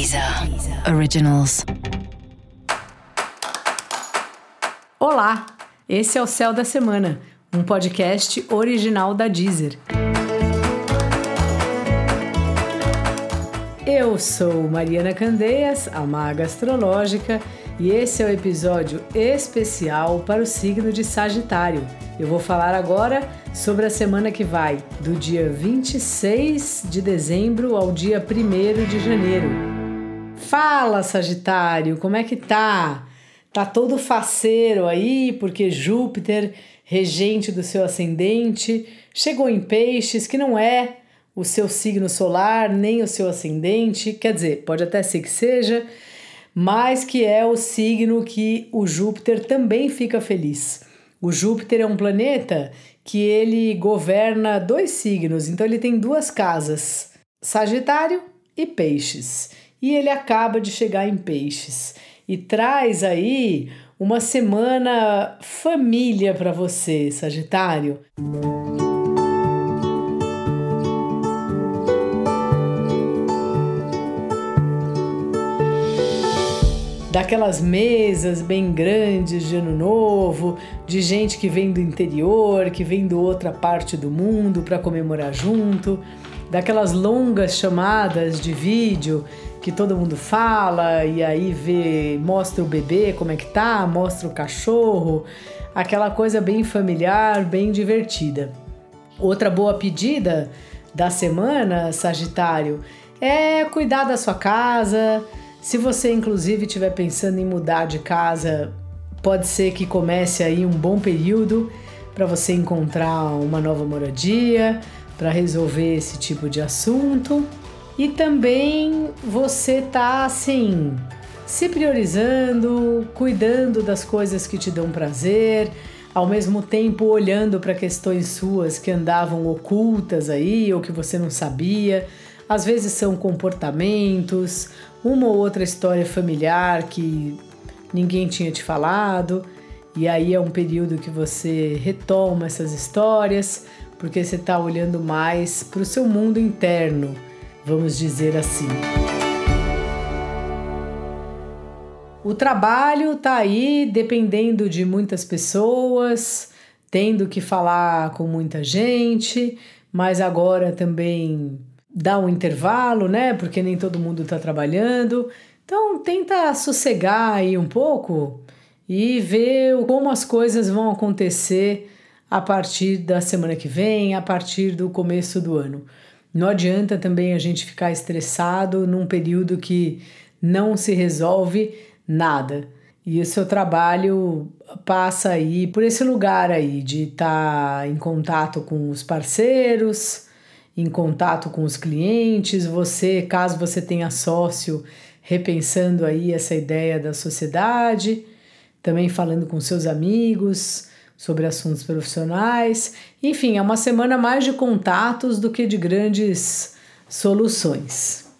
Deezer Originals. Olá, esse é o Céu da Semana, um podcast original da Deezer. Eu sou Mariana Candeias, a maga astrológica, e esse é o episódio especial para o signo de Sagitário. Eu vou falar agora sobre a semana que vai, do dia 26 de dezembro ao dia 1º de janeiro. Fala, Sagitário, como é que tá? Tá todo faceiro aí, porque Júpiter, regente do seu ascendente, chegou em Peixes, que não é o seu signo solar, nem o seu ascendente, quer dizer, pode até ser que seja, mas que é o signo que o Júpiter também fica feliz. O Júpiter é um planeta que ele governa 2 signos, então ele tem 2 casas, Sagitário e Peixes. E ele acaba de chegar em Peixes e traz aí uma semana família para você, Sagitário. Daquelas mesas bem grandes de ano novo, de gente que vem do interior, que vem de outra parte do mundo para comemorar junto, daquelas longas chamadas de vídeo que todo mundo fala e aí mostra o bebê como é que tá, mostra o cachorro, aquela coisa bem familiar, bem divertida. Outra boa pedida da semana, Sagitário, é cuidar da sua casa. Se você, inclusive, estiver pensando em mudar de casa, pode ser que comece aí um bom período para você encontrar uma nova moradia, para resolver esse tipo de assunto. E também você tá, assim, se priorizando, cuidando das coisas que te dão prazer, ao mesmo tempo olhando para questões suas que andavam ocultas aí ou que você não sabia. Às vezes são comportamentos, uma ou outra história familiar que ninguém tinha te falado, e aí é um período que você retoma essas histórias, porque você está olhando mais para o seu mundo interno, vamos dizer assim. O trabalho está aí dependendo de muitas pessoas, tendo que falar com muita gente, mas agora também dá um intervalo, né? Porque nem todo mundo está trabalhando. Então, tenta sossegar aí um pouco e ver como as coisas vão acontecer a partir da semana que vem, a partir do começo do ano. Não adianta também a gente ficar estressado num período que não se resolve nada. E o seu trabalho passa aí por esse lugar aí de estar em contato com os parceiros, em contato com os clientes, caso você tenha sócio, repensando aí essa ideia da sociedade, também falando com seus amigos sobre assuntos profissionais. Enfim, é uma semana mais de contatos do que de grandes soluções.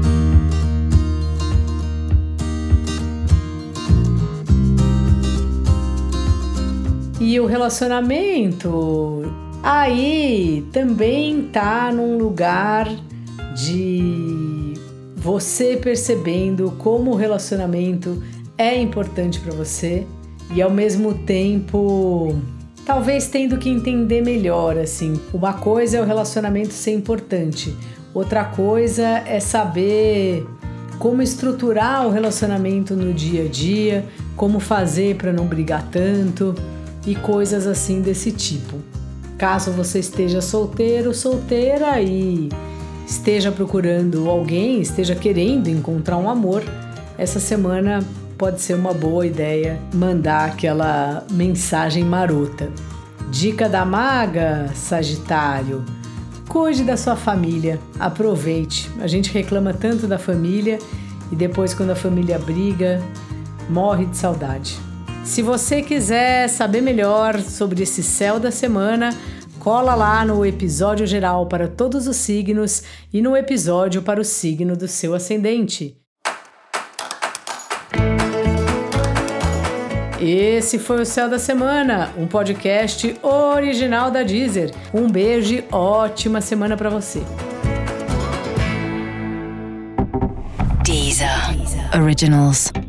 E o relacionamento aí também tá num lugar de você percebendo como o relacionamento é importante para você e ao mesmo tempo talvez tendo que entender melhor, assim. Uma coisa é o relacionamento ser importante, outra coisa é saber como estruturar o relacionamento no dia a dia, como fazer para não brigar tanto e coisas assim desse tipo. Caso você esteja solteiro, solteira e esteja procurando alguém, esteja querendo encontrar um amor, essa semana pode ser uma boa ideia mandar aquela mensagem marota. Dica da maga, Sagitário: cuide da sua família, aproveite. A gente reclama tanto da família e depois, quando a família briga, morre de saudade. Se você quiser saber melhor sobre esse céu da semana, cola lá no episódio geral para todos os signos e no episódio para o signo do seu ascendente. Esse foi o Céu da Semana, um podcast original da Deezer. Um beijo e ótima semana para você. Deezer Originals.